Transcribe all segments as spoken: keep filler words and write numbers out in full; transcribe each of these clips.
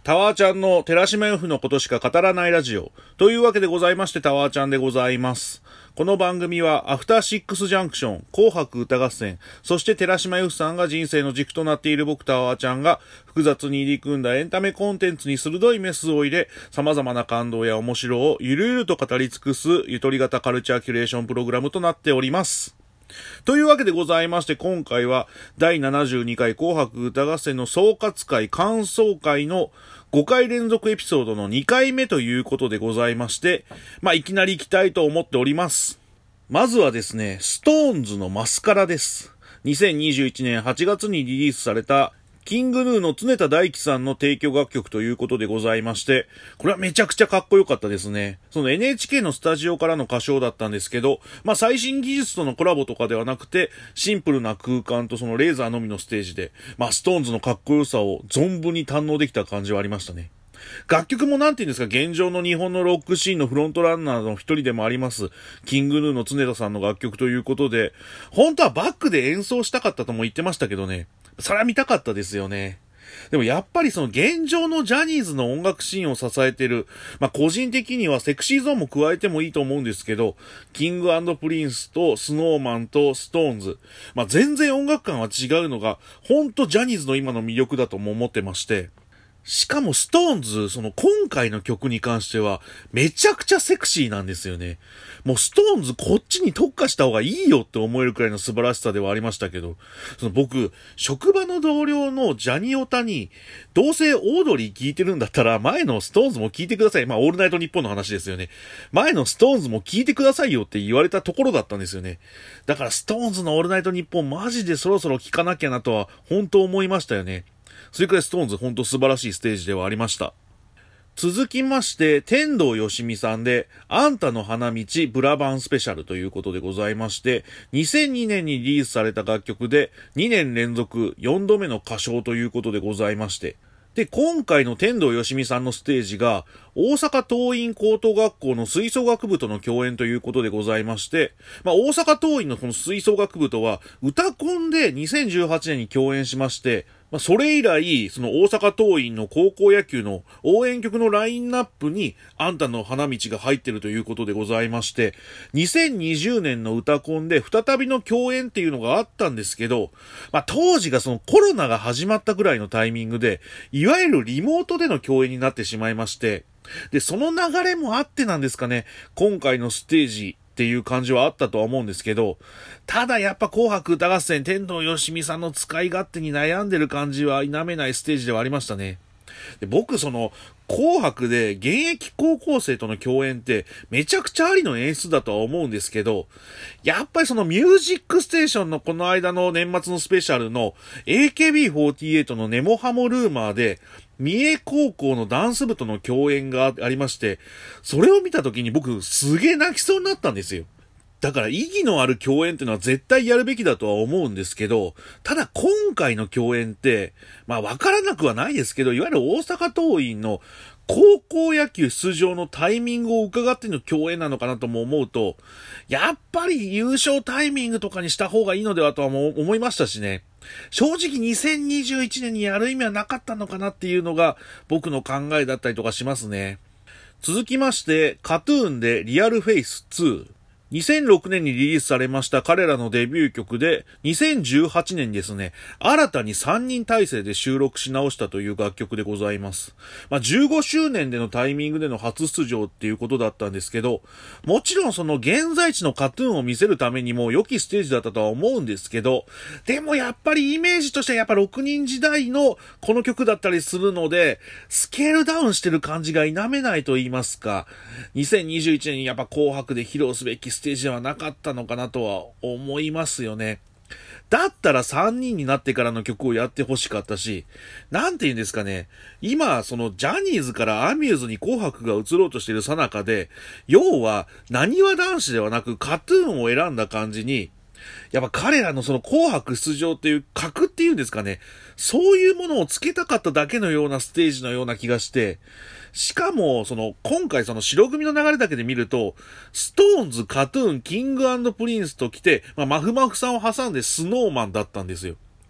タワーちゃんの寺島 F のことしか語らないラジオというわけでございまして、タワーちゃんでございます。この番組はアフターシックスジャンクション、紅白歌合戦、そして寺島 F さんが人生の軸となっている僕タワーちゃんが複雑に入り組んだエンタメコンテンツに鋭いメスを入れ、様々な感動や面白をゆるゆると語り尽くすゆとり型カルチャーキュレーションプログラムとなっております。というわけでございまして、今回はだいななじゅうにかい紅白歌合戦の総括会感想会のごかい連続エピソードのにかいめということでございまして、まあ、いきなり行きたいと思っております。まずはですね、ストーンズのマスカラです。にせんにじゅういちねんはちがつにリリースされたキングヌーの常田大樹さんの提供楽曲ということでございまして、これはめちゃくちゃかっこよかったですね。その エヌエイチケー のスタジオからの歌唱だったんですけど、まあ最新技術とのコラボとかではなくて、シンプルな空間とそのレーザーのみのステージで、まあストーンズのかっこよさを存分に堪能できた感じはありましたね。楽曲もなんて言うんですか、現状の日本のロックシーンのフロントランナーの一人でもあります、キングヌーの常田さんの楽曲ということで、本当はバックで演奏したかったとも言ってましたけどね、それは見たかったですよね。でもやっぱりその現状のジャニーズの音楽シーンを支えてる、まあ個人的にはセクシーゾーンも加えてもいいと思うんですけど、キング&プリンスとスノーマンとストーンズ、まあ全然音楽感は違うのが、ほんとジャニーズの今の魅力だとも思ってまして、しかもストーンズ、その今回の曲に関してはめちゃくちゃセクシーなんですよね。もうストーンズこっちに特化した方がいいよって思えるくらいの素晴らしさではありましたけど、その僕、職場の同僚のジャニオタに、どうせオードリー聞いてるんだったら前のストーンズも聞いてください。まあオールナイトニッポンの話ですよね。前のストーンズも聞いてくださいよって言われたところだったんですよね。だからストーンズのオールナイトニッポンマジでそろそろ聞かなきゃなとは本当思いましたよね。それくらいストーンズ本当素晴らしいステージではありました。続きまして、天童よしみさんで、あんたの花道ブラバンスペシャルということでございまして、にせんにねんにリリースされた楽曲で、にねん連続よんどめの歌唱ということでございまして、で、今回の天童よしみさんのステージが、大阪桐蔭高等学校の吹奏楽部との共演ということでございまして、まあ、大阪桐蔭のこの吹奏楽部とは、歌コンでにせんじゅうはちねんに共演しまして、まあ、それ以来、その大阪桐蔭の高校野球の応援曲のラインナップに、あんたの花道が入っているということでございまして、にせんにじゅうねんの歌コンで再びの共演っていうのがあったんですけど、まあ、当時がそのコロナが始まったぐらいのタイミングで、いわゆるリモートでの共演になってしまいまして、で、その流れもあってなんですかね、今回のステージ、っていう感じはあったとは思うんですけど、ただやっぱ紅白歌合戦天童よしみさんの使い勝手に悩んでる感じは否めないステージではありましたね。で、僕その紅白で現役高校生との共演ってめちゃくちゃありの演出だとは思うんですけど、やっぱりそのミュージックステーションのこの間の年末のスペシャルの エーケービーフォーティーエイト のネモハモルーマーで三重高校のダンス部との共演がありまして、それを見た時に僕すげえ泣きそうになったんですよ。だから意義のある共演っていうのは絶対やるべきだとは思うんですけど、ただ今回の共演って、まあわからなくはないですけど、いわゆる大阪桐蔭の高校野球出場のタイミングを伺っての共演なのかなとも思うと、やっぱり優勝タイミングとかにした方がいいのではとはも思いましたしね。正直にせんにじゅういちねんにやる意味はなかったのかなっていうのが僕の考えだったりとかしますね。続きまして、カトゥーンでリアルフェイスツー。にせんろくねんにリリースされました彼らのデビュー曲で、にせんじゅうはちねんにですね、新たにさんにん体制で収録し直したという楽曲でございます。まあ、じゅうごしゅうねんでのタイミングでの初出場っていうことだったんですけど、もちろんその現在地のカトゥーンを見せるためにも良きステージだったとは思うんですけど、でもやっぱりイメージとしてはやっぱろくにん時代のこの曲だったりするので、スケールダウンしてる感じが否めないと言いますか、にせんにじゅういちねんにやっぱ紅白で披露すべきステージではなかったのかなとは思いますよね。だったらさんにんになってからの曲をやってほしかったし、なんて言うんですかね、今そのジャニーズからアミューズに紅白が移ろうとしている最中で、要は何わ男子ではなくカトゥーンを選んだ感じに、やっぱ彼らのその紅白出場っていう格っていうんですかね、そういうものをつけたかっただけのようなステージのような気がして、しかも、その、今回その白組の流れだけで見ると、ストーンズ、カトゥーン、キング&プリンスと来て、まあ、マフマフさんを挟んでスノーマンだったんですよ。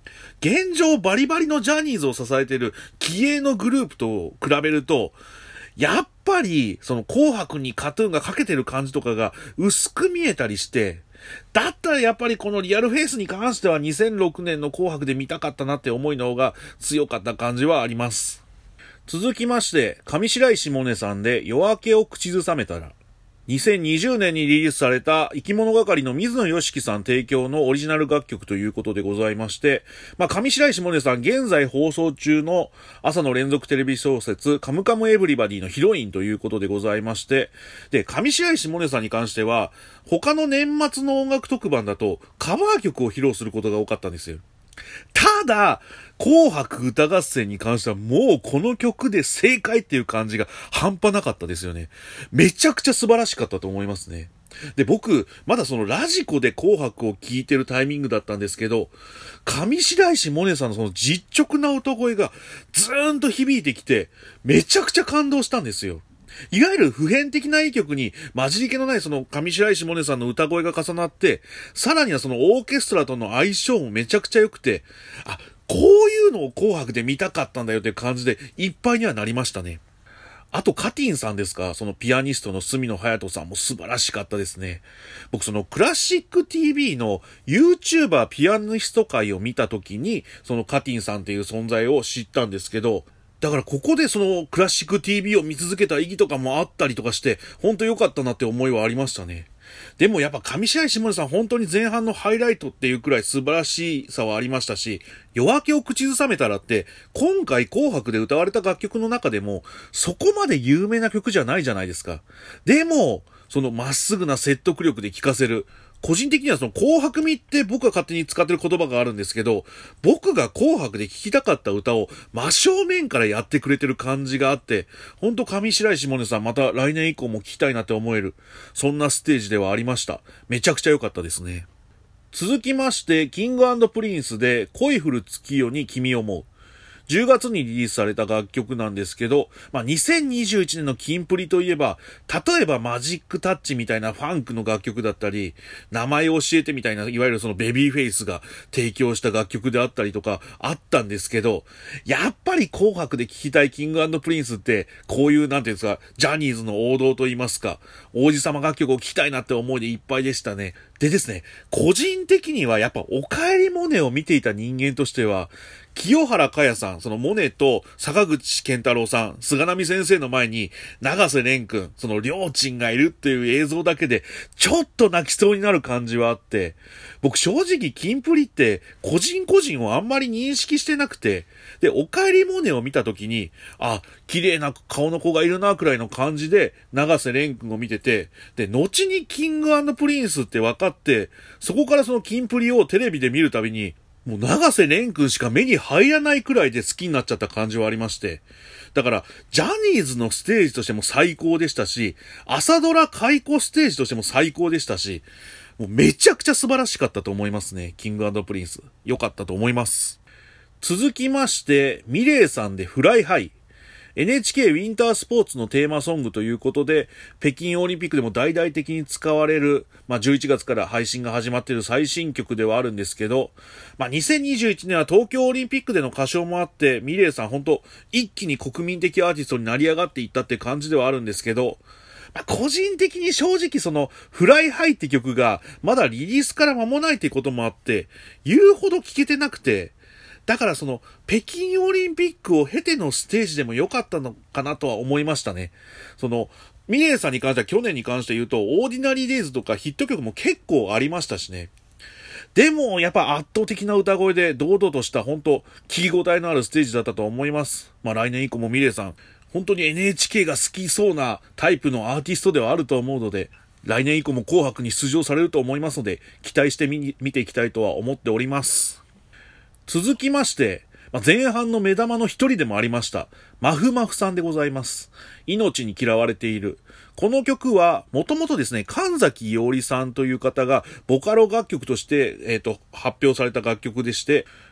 現状バリバリのジャニーズを支えている気鋭のグループと比べると、やっぱり、その紅白にカトゥーンがかけてる感じとかが薄く見えたりして、だったらやっぱりこのリアルフェイスに関してはにせんろくねんの紅白で見たかったなって思いの方が強かった感じはあります。続きまして、上白石萌音さんで夜明けを口ずさめたら。にせんにじゅうねんにリリースされた生き物係の水野良樹さん提供のオリジナル楽曲ということでございまして、まあ、上白石萌音さん現在放送中の朝の連続テレビ小説カムカムエヴリバディのヒロインということでございまして、で、上白石萌音さんに関しては他の年末の音楽特番だとカバー曲を披露することが多かったんですよ。ただ、紅白歌合戦に関してはもうこの曲で正解っていう感じが半端なかったですよね。めちゃくちゃ素晴らしかったと思いますね。で、僕、まだそのラジコで紅白を聴いてるタイミングだったんですけど、上白石萌音さんのその実直な歌声がずーんと響いてきて、めちゃくちゃ感動したんですよ。いわゆる普遍的ないい曲に混じり気のないその上白石萌音さんの歌声が重なって、さらにはそのオーケストラとの相性もめちゃくちゃ良くて、あ、こういうのを紅白で見たかったんだよという感じでいっぱいにはなりましたね。あとカティンさんですか、そのピアニストの角野隼人さんも素晴らしかったですね。僕そのクラシック ティーブイ の YouTuber ピアニスト会を見た時に、そのカティンさんっていう存在を知ったんですけど、だからここでそのクラシック ティーブイ を見続けた意義とかもあったりとかして、本当良かったなって思いはありましたね。でもやっぱ上白石萌音さん本当に前半のハイライトっていうくらい素晴らしさはありましたし、夜明けを口ずさめたらって今回紅白で歌われた楽曲の中でもそこまで有名な曲じゃないじゃないですか。でもそのまっすぐな説得力で聴かせる、個人的にはその紅白味って僕が勝手に使ってる言葉があるんですけど、僕が紅白で聴きたかった歌を真正面からやってくれてる感じがあって、ほんと上白石萌音さんまた来年以降も聴きたいなって思える、そんなステージではありました。めちゃくちゃ良かったですね。続きまして、キング&プリンスで恋降る月夜に君を思う。じゅうがつにリリースされた楽曲なんですけど、まあ、にせんにじゅういちねんのキンプリといえば、例えばマジックタッチみたいなファンクの楽曲だったり、名前を教えてみたいな、いわゆるそのベビーフェイスが提供した楽曲であったりとかあったんですけど、やっぱり紅白で聴きたいキング&プリンスって、こういうなんていうんですか、ジャニーズの王道と言いますか、王子様楽曲を聴きたいなって思いでいっぱいでしたね。でですね、個人的にはやっぱおかえりモネを見ていた人間としては、清原果耶さん、そのモネと坂口健太郎さん、菅波先生の前に永瀬廉くん、その両親がいるっていう映像だけでちょっと泣きそうになる感じはあって、僕正直キンプリって個人個人をあんまり認識してなくて、で、おかえりモネを見た時に、あ、綺麗な顔の子がいるなくらいの感じで永瀬廉くんを見てて、で、後にキング&プリンスって分かって、そこからそのキンプリをテレビで見るたびに、もう永瀬廉くんしか目に入らないくらいで好きになっちゃった感じはありまして。だから、ジャニーズのステージとしても最高でしたし、朝ドラ開講ステージとしても最高でしたし、もうめちゃくちゃ素晴らしかったと思いますね。キング&プリンス。良かったと思います。続きまして、ミレイさんでフライハイ。エヌエイチケー ウィンタースポーツのテーマソングということで、北京オリンピックでも大々的に使われる、まあ、じゅういちがつから配信が始まっている最新曲ではあるんですけど、まあ、にせんにじゅういちねんは東京オリンピックでの歌唱もあって、ミレイさん本当一気に国民的アーティストになり上がっていったって感じではあるんですけど、まあ、個人的に正直そのフライハイって曲がまだリリースから間もないってこともあって、言うほど聴けてなくて、だからその北京オリンピックを経てのステージでも良かったのかなとは思いましたね。そのミレイさんに関しては去年に関して言うとオーディナリーデイズとかヒット曲も結構ありましたしね。でもやっぱ圧倒的な歌声で堂々とした本当聞き応えのあるステージだったと思います。まあ来年以降もミレイさん本当に エヌエイチケー が好きそうなタイプのアーティストではあると思うので、来年以降も紅白に出場されると思いますので期待してみ見ていきたいとは思っております。続きまして、前半の目玉の一人でもありました、まふまふさんでございます。命に嫌われている。この曲は、もともとですね、神崎伊織さんという方が、ボカロ楽曲として、えっと、発表された楽曲でして、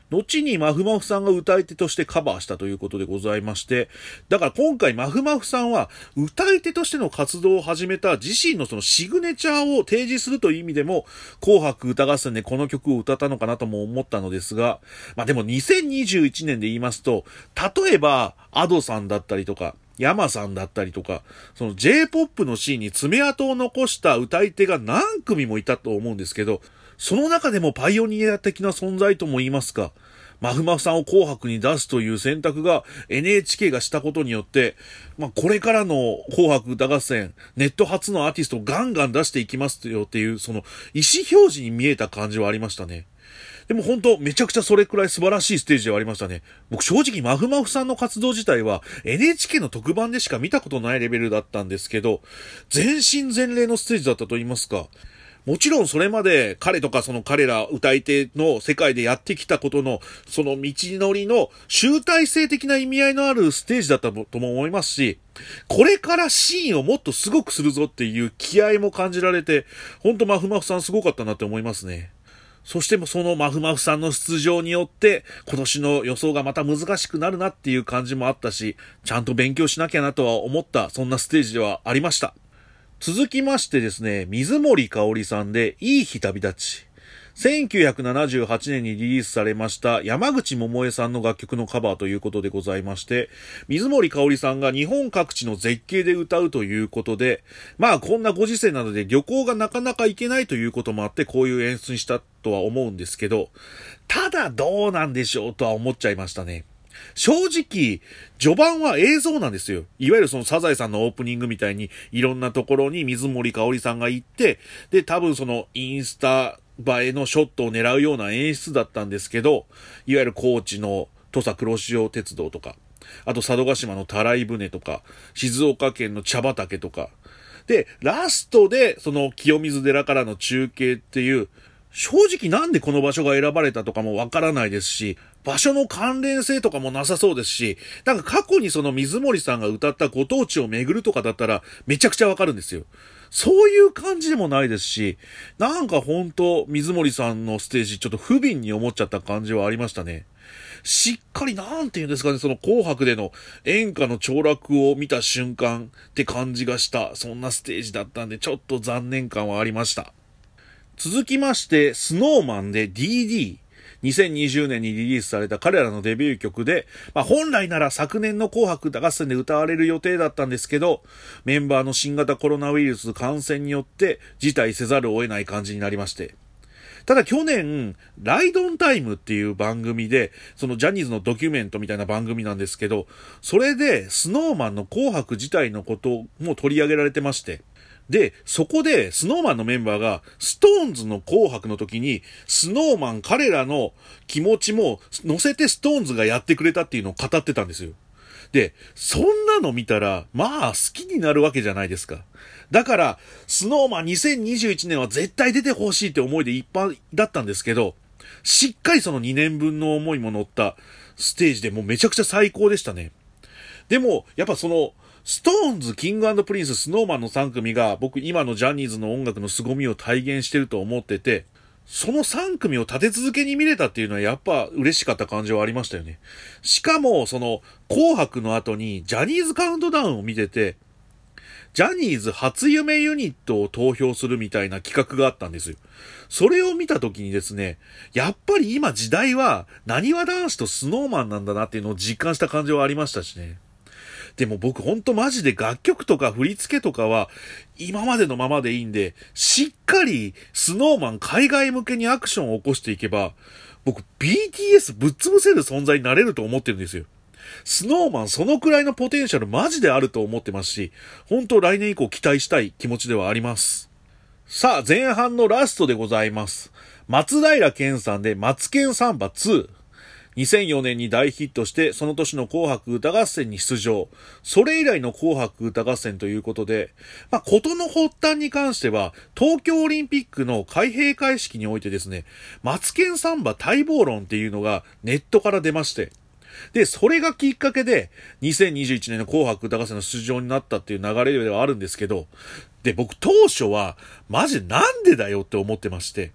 後にまふまふさんが歌い手としてカバーしたということでございまして、だから今回まふまふさんは歌い手としての活動を始めた自身のそのシグネチャーを提示するという意味でも、紅白歌合戦でこの曲を歌ったのかなとも思ったのですが、まあでもにせんにじゅういちねんで言いますと、例えば、Adoさんだったりとか、山さんだったりとか、その J-ポップ のシーンに爪痕を残した歌い手が何組もいたと思うんですけど、その中でもパイオニア的な存在とも言いますか、まふまふさんを紅白に出すという選択が エヌエイチケー がしたことによって、まあこれからの紅白歌合戦、ネット初のアーティストをガンガン出していきますよっていう、その意思表示に見えた感じはありましたね。でも本当めちゃくちゃそれくらい素晴らしいステージではありましたね。僕正直まふまふさんの活動自体は エヌエイチケー の特番でしか見たことないレベルだったんですけど、全身全霊のステージだったと言いますか。もちろんそれまで彼とかその彼ら歌い手の世界でやってきたことのその道のりの集大成的な意味合いのあるステージだったとも思いますし、これからシーンをもっとすごくするぞっていう気合も感じられて、ほんとまふまふさんすごかったなって思いますね。そしてそのまふまふさんの出場によって今年の予想がまた難しくなるなっていう感じもあったし、ちゃんと勉強しなきゃなとは思ったそんなステージではありました。続きましてですね、水森かおりさんでいい日旅立ち。せんきゅうひゃくななじゅうはちねんにリリースされました山口百恵さんの楽曲のカバーということでございまして、水森かおりさんが日本各地の絶景で歌うということで、まあこんなご時世なので旅行がなかなか行けないということもあってこういう演出にしたとは思うんですけど、ただどうなんでしょうとは思っちゃいましたね。正直、序盤は映像なんですよ。いわゆるそのサザエさんのオープニングみたいにいろんなところに水森かおりさんが行って、で、多分そのインスタ映えのショットを狙うような演出だったんですけど、いわゆる高知の土佐黒潮鉄道とか、あと佐渡島のたらい船とか、静岡県の茶畑とか、で、ラストでその清水寺からの中継っていう、正直なんでこの場所が選ばれたとかもわからないですし、場所の関連性とかもなさそうですし、なんか過去にその水森さんが歌ったご当地を巡るとかだったらめちゃくちゃわかるんですよ。そういう感じでもないですし、なんかほんと水森さんのステージちょっと不憫に思っちゃった感じはありましたね。しっかりなんて言うんですかね、その紅白での演歌の凋落を見た瞬間って感じがした、そんなステージだったんでちょっと残念感はありました。続きまして、スノーマンで ディーディー。にせんにじゅうねんにリリースされた彼らのデビュー曲で、まあ本来なら昨年の紅白歌合戦で歌われる予定だったんですけど、メンバーの新型コロナウイルス感染によって辞退せざるを得ない感じになりまして。ただ去年、ライドンタイムっていう番組で、そのジャニーズのドキュメントみたいな番組なんですけど、それでスノーマンの紅白自体のことも取り上げられてまして、で、そこで、スノーマンのメンバーが、ストーンズの紅白の時に、スノーマン彼らの気持ちも乗せてストーンズがやってくれたっていうのを語ってたんですよ。で、そんなの見たら、まあ、好きになるわけじゃないですか。だから、スノーマンにせんにじゅういちねんは絶対出てほしいって思いでいっぱいだったんですけど、しっかりそのにねんぶんの思いも乗ったステージでもうめちゃくちゃ最高でしたね。でも、やっぱその、ストーンズ、キング&プリンス、スノーマンのさん組が僕今のジャニーズの音楽の凄みを体現してると思ってて、そのさん組を立て続けに見れたっていうのはやっぱ嬉しかった感じはありましたよね。しかもその紅白の後にジャニーズカウントダウンを見てて、ジャニーズ初夢ユニットを投票するみたいな企画があったんですよ。それを見た時にですね、やっぱり今時代はなにわ男子とスノーマンなんだなっていうのを実感した感じはありましたしね。でも僕ほんとマジで楽曲とか振り付けとかは今までのままでいいんで、しっかりスノーマン海外向けにアクションを起こしていけば、僕 ビーティーエス ぶっ潰せる存在になれると思ってるんですよ。スノーマンそのくらいのポテンシャルマジであると思ってますし、本当来年以降期待したい気持ちではあります。さあ前半のラストでございます。松平健さんでマツケンサンバツー。にせんよねんに大ヒットしてその年の紅白歌合戦に出場。それ以来の紅白歌合戦ということで、まあ、ことの発端に関しては東京オリンピックの開閉会式においてですね、マツケンサンバ待望論っていうのがネットから出まして、で、それがきっかけでにせんにじゅういちねんの紅白歌合戦の出場になったっていう流れではあるんですけど、で、僕当初はマジなんでだよって思ってまして、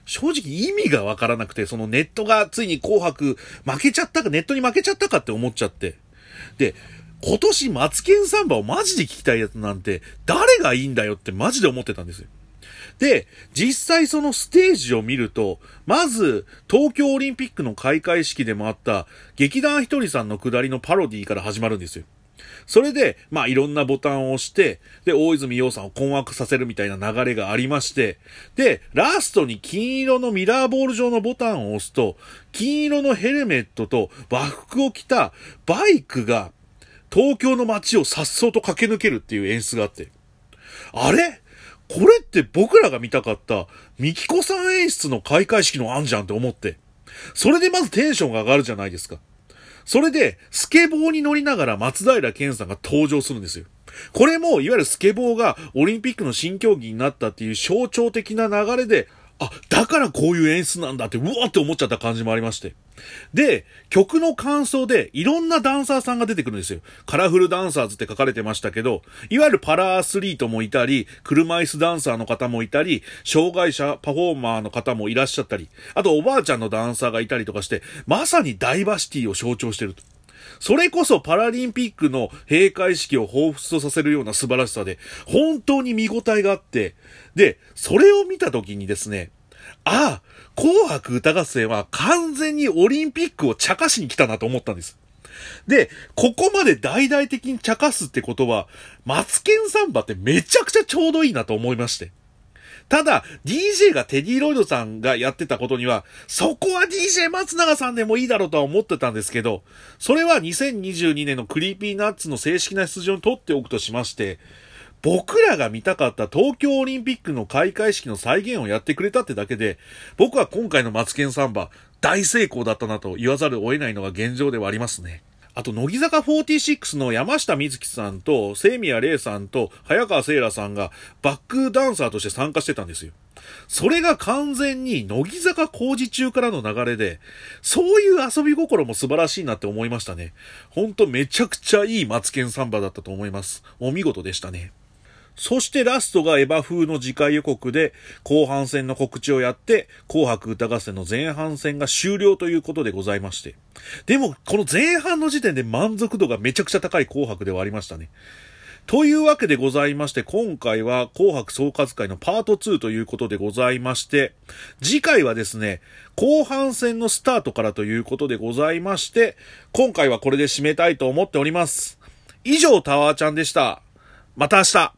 正直意味がわからなくて、そのネットがついに紅白負けちゃったか、ネットに負けちゃったかって思っちゃって。で、今年マツケンサンバをマジで聞きたいやつなんて、誰がいいんだよってマジで思ってたんですよ。で、実際そのステージを見ると、まず、東京オリンピックの開会式でもあった、劇団ひとりさんの下りのパロディから始まるんですよ。それで、まあいろんなボタンを押して、で、大泉洋さんを困惑させるみたいな流れがありまして、で、ラストに金色のミラーボール状のボタンを押すと、金色のヘルメットと和服を着たバイクが、東京の街を颯爽と駆け抜けるっていう演出があって、あれこれって僕らが見たかったミキコさん演出の開会式の案じゃんって思って。それでまずテンションが上がるじゃないですか。それで、スケボーに乗りながら松平健さんが登場するんですよ。これも、いわゆるスケボーがオリンピックの新競技になったっていう象徴的な流れで、あ、だからこういう演出なんだって、うわーって思っちゃった感じもありまして。で、曲の感想でいろんなダンサーさんが出てくるんですよ。カラフルダンサーズって書かれてましたけど、いわゆるパラアスリートもいたり、車椅子ダンサーの方もいたり、障害者パフォーマーの方もいらっしゃったり、あとおばあちゃんのダンサーがいたりとかして、まさにダイバーシティを象徴してると。それこそパラリンピックの閉会式を彷彿とさせるような素晴らしさで、本当に見応えがあって、で、それを見た時にですね、ああ、紅白歌合戦は完全にオリンピックを茶化しに来たなと思ったんです。で、ここまで大々的に茶化すってことは、マツケンサンバってめちゃくちゃちょうどいいなと思いまして。ただ、ディージェー がテディロイドさんがやってたことには、そこは ディージェー 松永さんでもいいだろうとは思ってたんですけど、それはにせんにじゅうにねんのクリーピーナッツの正式な出場に取っておくとしまして、僕らが見たかった東京オリンピックの開会式の再現をやってくれたってだけで、僕は今回のマツケンサンバ、大成功だったなと言わざるを得ないのが現状ではありますね。あと、乃木坂フォーティーシックスの山下美月さんと、清宮玲さんと、早川聖羅さんがバックダンサーとして参加してたんですよ。それが完全に乃木坂工事中からの流れで、そういう遊び心も素晴らしいなって思いましたね。ほんとめちゃくちゃいいマツケンサンバだったと思います。お見事でしたね。そしてラストがエヴァ風の次回予告で後半戦の告知をやって紅白歌合戦の前半戦が終了ということでございまして。でもこの前半の時点で満足度がめちゃくちゃ高い紅白ではありましたね。というわけでございまして今回は紅白総括会のパートツーということでございまして次回はですね後半戦のスタートからということでございまして今回はこれで締めたいと思っております。以上タワーちゃんでした。また明日。